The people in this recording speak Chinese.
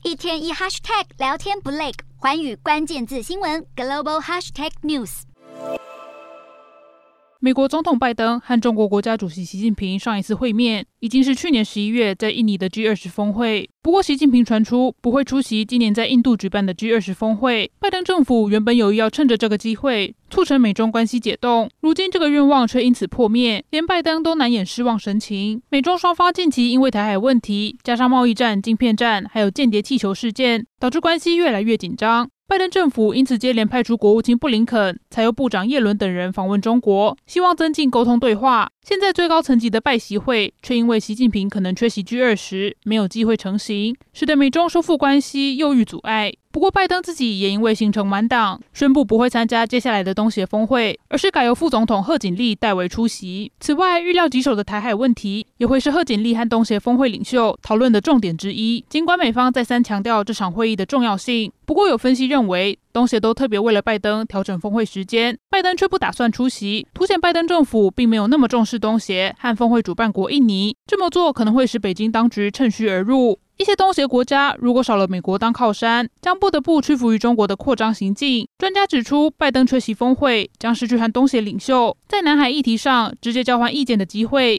一天一 hashtag 聊天不累，寰宇关键字新闻 global hashtag news。 美国总统拜登和中国国家主席习近平上一次会面，已经是去年11月在印尼的 G20 峰会。不过，习近平传出不会出席今年在印度举办的 G20 峰会。拜登政府原本有意要趁着这个机会促成美中关系解冻，如今这个愿望却因此破灭，连拜登都难掩失望神情。美中双方近期因为台海问题，加上贸易战、晶片战，还有间谍气球事件，导致关系越来越紧张。拜登政府因此接连派出国务卿布林肯、财油部长耶伦等人访问中国，希望增进沟通对话。现在最高层级的拜习会却因为习近平可能缺席 G20， 没有机会成行，使得美中修复关系又遇阻碍。不过，拜登自己也因为行程满档，宣布不会参加接下来的东协峰会，而是改由副总统贺锦丽代为出席。此外，预料棘手的台海问题也会是贺锦丽和东协峰会领袖讨论的重点之一。尽管美方再三强调这场会议的重要性，不过有分析认为，东协都特别为了拜登调整峰会时间，拜登却不打算出席，凸显拜登政府并没有那么重视东协和峰会主办国印尼。这么做可能会使北京当局趁虚而入。一些东协国家如果少了美国当靠山，将不得不屈服于中国的扩张行径。专家指出，拜登缺席峰会将失去和东协领袖在南海议题上直接交换意见的机会，